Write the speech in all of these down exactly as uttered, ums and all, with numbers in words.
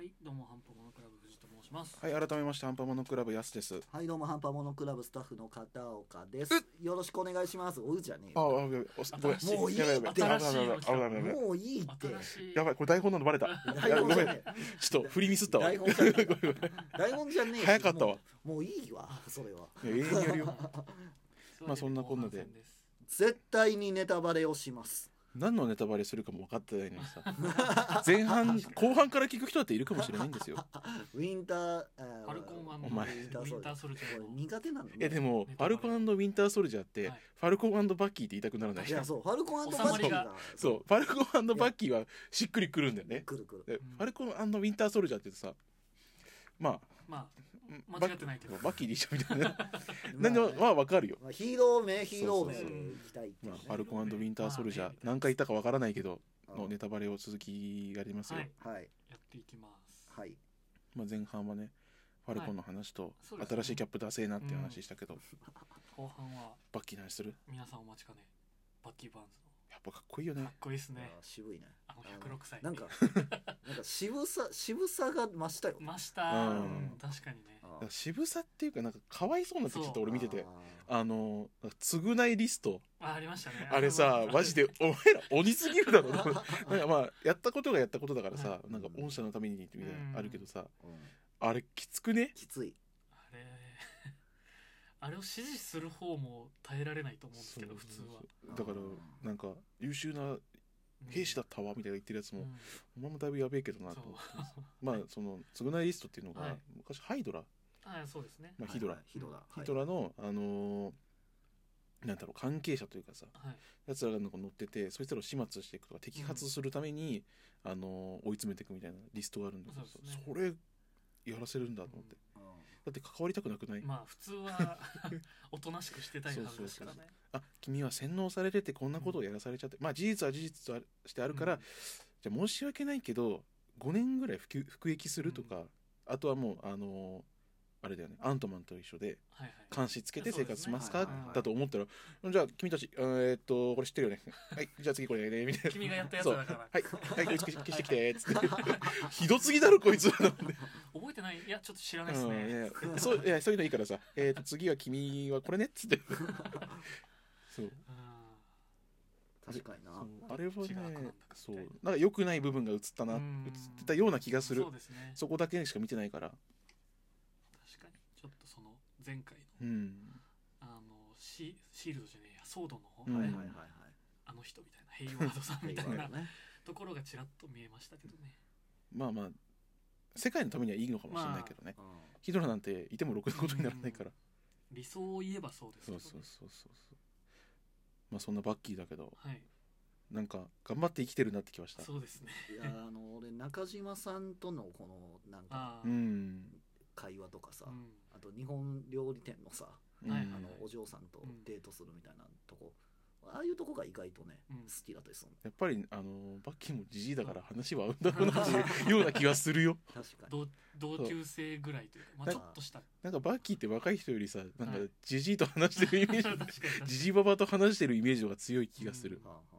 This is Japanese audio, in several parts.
はい、どうもハンパモノクラブ藤と申します。 はい、改めましてハンパモノクラブやすです。 はい、どうもハンパモノクラブスタッフの片岡です。よろしくお願いします。おうじゃねえあ、あ、 よ。 ごめん、 もういいってやばいやばい、 新しいの来たやばいやばいやばいやばいもういいって。 やばい、これ台本なのバレた。 台本じゃねえ。 ちょっと振りミスったわ。 台本じゃねえ。台本じゃねえし。 早かったわ。 もう、もういいわ、それは。 いや永遠にやるよ。まあそんなこんなで絶対にネタバレをします。 何のネタバレするかも分かってないのにさ。前半後半から聞く人だっているかもしれないんですよ。 ウィンター、 ファルコンお前ウィンターソルジャー苦手なんだ。 えでもファルコン&ウィンターソルジャーってファルコン&バッキーって言いたくならない。 いやそうファルコン&バッキーがそうファルコン&バッキーはしっくりくるんだよね。 くるくる。 でファルコン&ウィンターソルジャーってさ、まあまあ間違ってないけどバッキーで一緒みたいな。何でもまあ分かるよ。 ヒーロー名ヒーロー名そうそうそうでいきたいっていうね。 まあ、ファルコン&ウィンターソルジャー、何回言ったかわからないけどのネタバレを続きがありますよ。 はいはいやっていきます。 はい。 まあ、前半はねファルコンの話と、 そうですね新しいキャップ出せえなっていう話したけど、 後半はバッキーの話する。 皆さんお待ちかねバッキーバーンズやっぱかっこいいよねのかっ。こいいですね。 あー渋いね。 あのひゃくろくさいなんかなんか渋さ渋さが増したよ。 ましたうんうん確かにね。 あーだから渋さっていうかなんかかわいそうになってきちゃったそう俺見てて、 ああの償いリストあありましたね。 あれさのマジでお前ら鬼すぎるだろ。なんかまあやったことがやったことだからさ、なんか御社のためにみたいなうんあるけどさ、 ーうんあれきつくね。 きつい。 あれあれを支持する方も耐えられないと思うんですけど普通は。 だからなんか優秀な兵士だったわみたいな言ってるやつも、 うんお前もだいぶやべえけどなと思ってます。まあその償いリストっていうのが、 はい昔ハイドラ、 あそうですね。 まあ、ヒドラ、 はいはいヒドラ。 ヒドラの、あのーなんだろう関係者というかさ、 はいやつらがなんか乗っててそいつらを始末していくとか摘発するために、あのー追い詰めていくみたいなリストがあるんだけどさ、 そうですねそれやらせるんだと思って、 うんだって関わりたくなくない、 まあ普通はおとなしくしてたいはずですからね。 あ君は洗脳されててこんなことをやらされちゃって、まあ事実は事実としてあるから、 うんじゃあ申し訳ないけどごねんぐらい服服役するとか、 うんあとはもうあのーあれだよねアントマンと一緒ではいはい。 監視つけて生活しますかそうですねだと思ったら、じゃあ君たちえーっとこれ知ってるよねはいじゃあ次これねみたいな君がやったやつそうだから。 はいはいこいつ消し消してきてっつってひどすぎだろこいつらなんで覚えてない？いやちょっと知らないですうんいね。 やいやそういやそういうのいいからさえーっと次は君はこれねっつってそううん確かにな。 そうあれは違う悪なんだねかそうみたいななんか良くない部分が映ったな映うんってたような気がするそうですね。 そこだけしか見てないから確かにちょっとその前回の、 うんあのシシールドじゃねえやソードの、 うんはいはいはいはい。 あの人みたいなヘイワードさんみたいなね。 ところがちらっと見えましたけどね。 まあまあ世界のためにはいいのかもしれないけどね、 うんヒドラなんていてもろくなことにならないから、 理想を言えばそうですけどね。 そうそうそうそうそうまあそんなバッキーだけどはいなんか頑張って生きてるなってきました。 そうですね。 いやあの俺中島さんとのこのなんかああ、 ううんん、 会話とかさ、 うんあと日本料理店のさ、 うんはいあのお嬢さんとデートするみたいなとこ、ああいうとこが意外とね、 うん好きだったりするの。 やっぱりあのバッキーもジジイだから話は合うんだろうなっていうような気がするよ。 確かに。 同同級生ぐらいというか、まあ、 だちょっとしたなんかバッキーって若い人よりさなんかはいジジイと話してるイメージ確かに確かにジジイババと話してるイメージが強い気がする、 うんはあはあは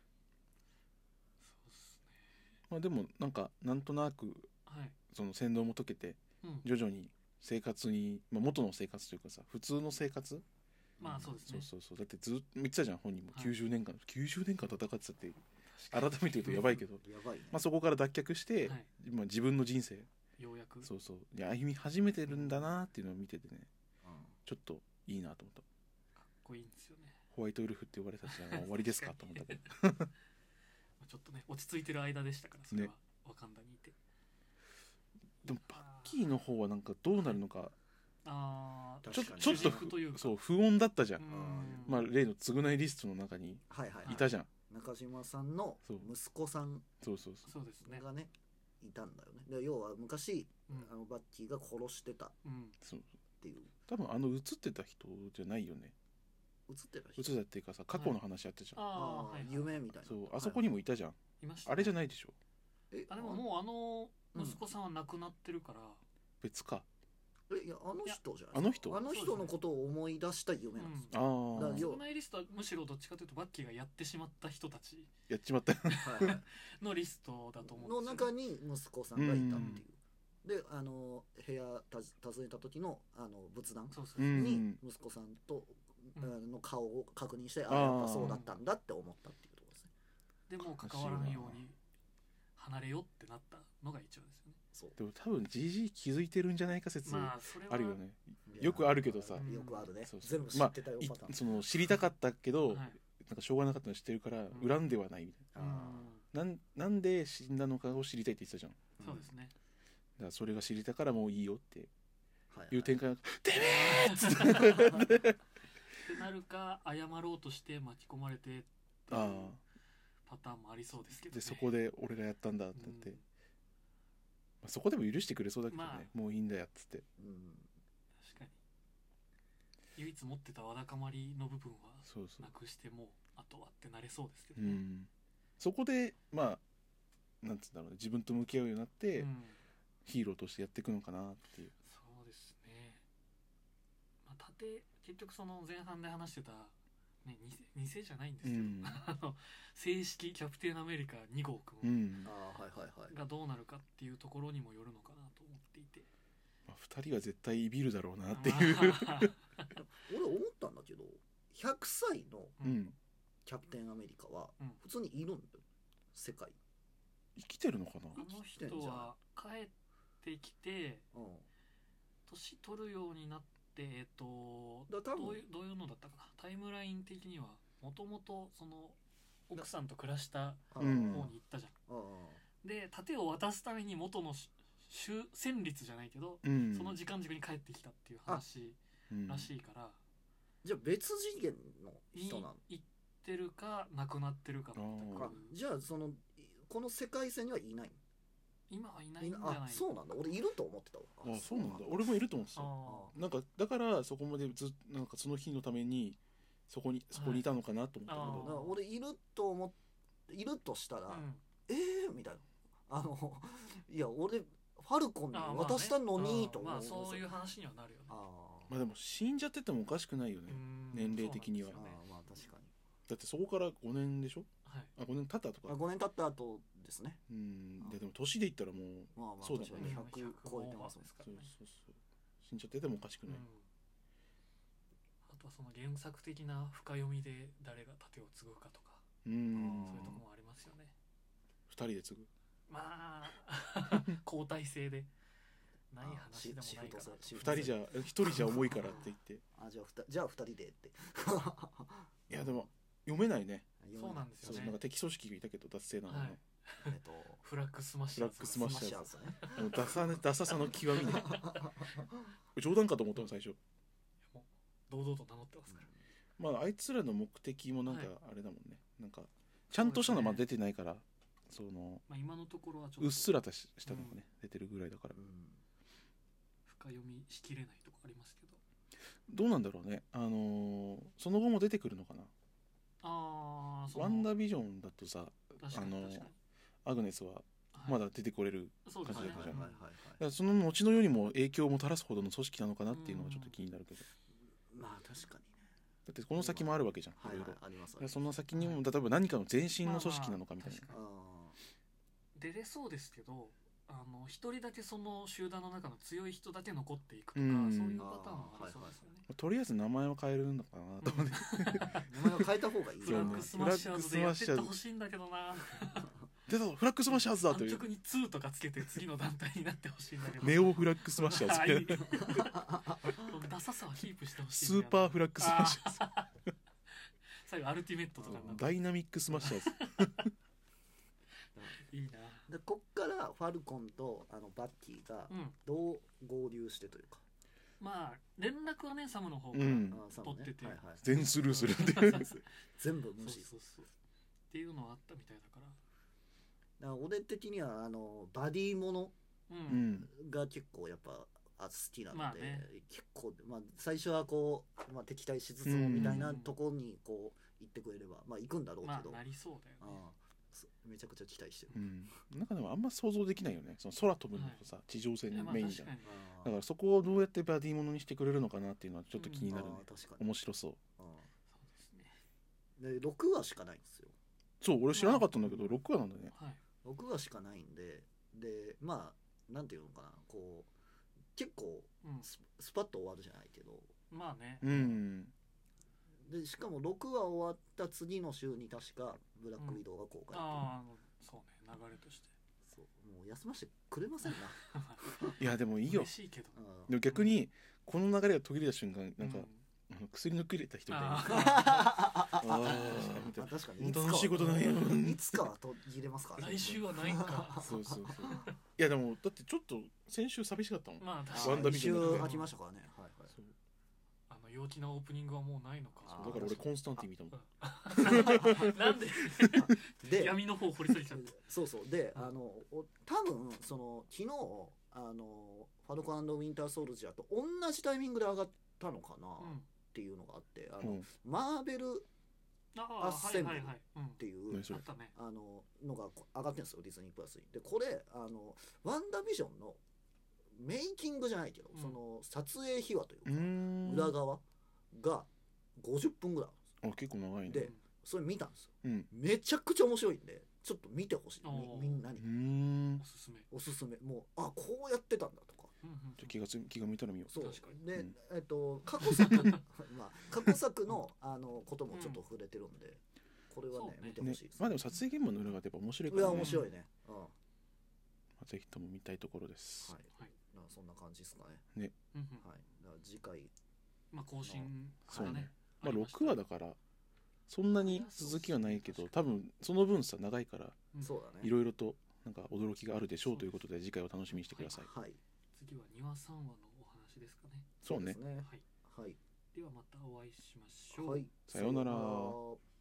そうっすまあ、でもなんかなんとなくね。はい。 その洗脳も解けてうん。 徐々に生活に、まあ、元の生活というかさ普通の生活、 まあそうですね。 そうそうそうだってずっと言ってたじゃん本人もはいきゅうじゅうねんかん、きゅうじゅうねんかん戦ってたって改確かめて言うとやばいけど、 あやばいね。 まあ、そこから脱却して、 はいまあ、自分の人生にようやくそうそういや歩み始めてるんだなっていうのを見ててねうんちょっといいなと思った。 かっこいいんですよね。 ホワイトウルフって呼ばれた時代は終わりですかと思ったけどまあちょっとね落ち着いてる間でしたからそれは、 ねワカンダにいて。 でもバッキーの方はなんかどうなるのかああちょ確かにちょっと主軸というかそう不穏だったじゃん、 うんまあ例の償いリストの中にはいはいはい。 いたじゃん、 中島さんのそう息子さんそうそうそうそうですね。 がねいたんだよね。で要は昔うんあのバッキーが殺してたっうんそうていう多分あの映ってた人じゃないよね。 映ってた映ってたっていうかさ過去の話やってたじゃん、 ああああはいはい夢みたいな。 そうあそこにもいたじゃん、 いました、 あれじゃないでしょ。 えあでももうあの息子さんは亡くなってるから、 別か。 えいやあの人じゃないあの人あの人のことを思い出した夢なんですよ。 ああだから要償いリストはむしろどっちかというとバッキーがやってしまった人たちやっちまったはいはいのリストだと思のうんですよね。 中に息子さんがいたっていう。 であの部屋た訪ねた時のあの仏壇そうそううんに息子さんと、 うんあの顔を確認して、ああーやっぱそうだったんだって思ったっていうところですね。 でも関わらんように離れよってなったのが一番ですよね。 そうでも多分じじい気づいてるんじゃないか説まあそれはあるよね。 いやよくあるけどさよくあるね。 そうそう全部知ってたよ、 いパターン。 その知りたかったけど、 はいなんかしょうがなかったの知ってるからん恨んではないみたいうんあな、なんなんで死んだのかを知りたいって言ってたじゃん。 ーそうですね。 だからそれが知りたからもういいよってはいいう展開が「てめえ!」っつってってなるか謝ろうとして巻き込まれてっていうあパターンもありそうですけどね。 でそこで俺がやったんだって言って、 うんまあ、そこでも許してくれそうだけどね、 まあもういいんだよっつってうん確かに唯一持ってたわだかまりの部分はそうそうなくしてもあとはってなれそうですけどね。 うん、そこでまあなんつうんだろうね、自分と向き合うようになって、 うんヒーローとしてやっていくのかなっていう。 そうですね。まあ、盾結局その前半で話してた、ね、偽偽じゃないんですけど、 うんあの正式キャプテンアメリカに号うくんんあーはいはいはい。 がどうなるかっていうところにもよるのかなと思っていて、 まあ、ふたりは絶対いびるだろうなっていう、 まあ俺思ったんだけど、ひゃくさいのうん、 キャプテンアメリカはうん普通にいるんだよ、世界。 生きてるのかな。 あの人は帰ってきてうん年取るようになってえっ、とだから多分どういうどういうのだったかな、タイムライン的にはもともとその奥さんと暮らしたあーうん方に行ったじゃん、 あで盾を渡すために元のし終戦率じゃないけど、 うん、 その時間軸に帰ってきたっていう話うんらしいから、 ーじゃあ別次元のに人なの。 行ってるか亡くなってるかだったかあじゃあそのいこの世界線にはいない今はいないんじゃの。 ないあそうなんだ、俺いると思ってたわ。 あそうなんだ、俺もいると思ってた。 あなんかだからそこまでずなんかその日のためにそこにそこにいたのかなと思ったけど、 はいだから俺いると思っているとしたら、 ー、うんえーみたいな、あのいや俺ファルコンにあー渡したのにと思う、 まあそういう話にはなるよね。 あーまあでも死んじゃっててもおかしくないよね、 うん年齢的にはそうなんですよねあーまあ確かに。 だってそこからごねんでしょ。 はいあごねん経ったとかあごねん経った後ですね。 うんででも年で言ったらもうまあまあそうだね確かにひゃく超えてますもんですかそうらね。 そうそう死んじゃっててもおかしくうんない、 あとはその原作的な深読みで誰が盾を継ぐかとか、 うんそういうとこもありますよね。 ふたりで継ぐ。 まあ交代制でない話でもないかなと。 シフふたりじゃひとりじゃ重いからって言ってあじゃあふたじゃあふたりでっていやでも読めないね。 そうなんですよねそうなんか。敵組織がいたけど脱製なのね、 はいえっとフラッグスマッシャーズフラッグスマッシャーズスマッシャーズね。 もうダサねダサさの極みね冗談かと思ったの最初。 もう堂々と名乗ってますから。 まああいつらの目的もなんかはいあれだもんね、なんかちゃんとしたのまだ出てないからそのまあ今のところはちょっとうっすらとししたのがね、出てるぐらいだからうん深読みしきれないとこありますけど。 どうなんだろうね。あのーその後も出てくるのかな。 ああ、そのワンダービジョンだとさ確かにあの確かに。 アグネスははいまだ出てこれる、 そうですね。 感じだったじゃんはいはいはいだからその後の世にも影響をもたらすほどの組織なのかなっていうのはちょっと気になるけど、 まあ確かにね。 だってこの先もあるわけじゃん、 はいいろいろ。 はいありますだからその先にも例えば何かの前身の組織なのかみたいな、 まあまあ確かあ出れそうですけど、あの一人だけその集団の中の強い人だけ残っていくとか、 うんそういうパターンもありそうですよね。 とりあえず名前を変えるのかなと思って、 あ名前を変えた方がいいフラよねッグスマッシャーズでやってってほしいんだけどな。 出たぞフラッグスマッシャーズだという安直にツーとかつけて次の団体になってほしいんだけど。 ネオフラッグスマッシャーズはいダサさはキープしてほしいスんだよな。 ーパーフラッグスマッシャー最後アルティメットとかになズってダイナミックスマッシャーズいいな。 でこっからファルコンとあのバッキーがうん。 どう合流してというか、 まあ連絡はねサムの方から、 うんあサムね取っててはいはい全スルーするっていう全部そう無視。 そうそうっていうのはあったみたいだから。 だから俺的にはあのバディものうん。 うんが結構やっぱあ好きなので、 まあね結構、まあ、最初はこう、まあ、敵対しつつもみたいなところにこう行ってくれれば、まあ行くんだろうけど、 まあなりそうだよね。 ああそめちゃくちゃ期待してる、 うんなんかでもあんま想像できないよね、その空飛ぶのとさ、地上戦いやまあメインじゃん。 確かにあだからそこをどうやってバディものにしてくれるのかなっていうのはちょっと気になるね、 ああ確かに、 面白そう。 あそうですね。 あでろくわしかないんですよ。 そう俺知らなかったんだけどろくわなんだね。 はい。 ろくわしかないんで、でまあなんていうのかな、こう結構うんススパッと終わるじゃないけど、 まあねうんでしかもろくわ終わった次の週に確かブラックウィドウが公開っていう、 ああそうね流れとしてそうもう休ませてくれませんな、 いやでもいいよ。 嬉しいけどうんでも逆にこの流れが途切れた瞬間なんか、 うあの薬の切れた人みたいな。 ああーみたいなまあ確かにいつかは楽しいことないよいつかは途切れますからね来週はないんかそうそうそう。いやでもだってちょっと先週寂しかったもん。 まあ確あかにワンダビジョンだけ一周空きましたからね、はいはい、 そうあの陽気なオープニングはもうないのかあだから俺コンスタンティン見たもん。 なんでで闇の方掘り下げちゃったそうそうで、 うんあのお多分その昨日あのファルコン&ウィンターソルジャーと同じタイミングで上がったのかな、 うんっていうのがあってあの、 うん。 マーベルあアあッセンブルはいはいはいうんっていう何それあったねあののが上がってるんですよディズニープラスに。でこれあのワンダービジョンのメイキングじゃないけど、 うんその撮影秘話というか、 うーん。 裏側がごじゅっぷんぐらいあるんあ結構長いね。 でそれ見たんですよ。 うん。 めちゃくちゃ面白いんでちょっと見てほしい、みおーみんなにうーんお。すすめおすすめ。もうあこうやってたんだとか。 うんうんじゃあ気がつ気が向いたら見よう。 そう確かにで、 うんえっと過去作まあ過去作のあのこともちょっと触れてるんで、これはねそうねね見てほしいです。 まあでも撮影現場の裏がやっぱ面白いいやからね。 面白いね。うん、はぜひとも見たいところです。 い。 はいまあそんな感じですかね。 うんうんはい。だから次回まあ更新そうねからねまありしたろくわだからそんなに続きはないけど多分その分さ長いからうんそうだね。 いろいろとなんか驚きがあるでしょうということで次回を楽しみにしてください。 はい。 次は庭さんわのお話ですかねそうねですね。 はいはい。 ではまたお会いしましょうはい。 さようならさようなら。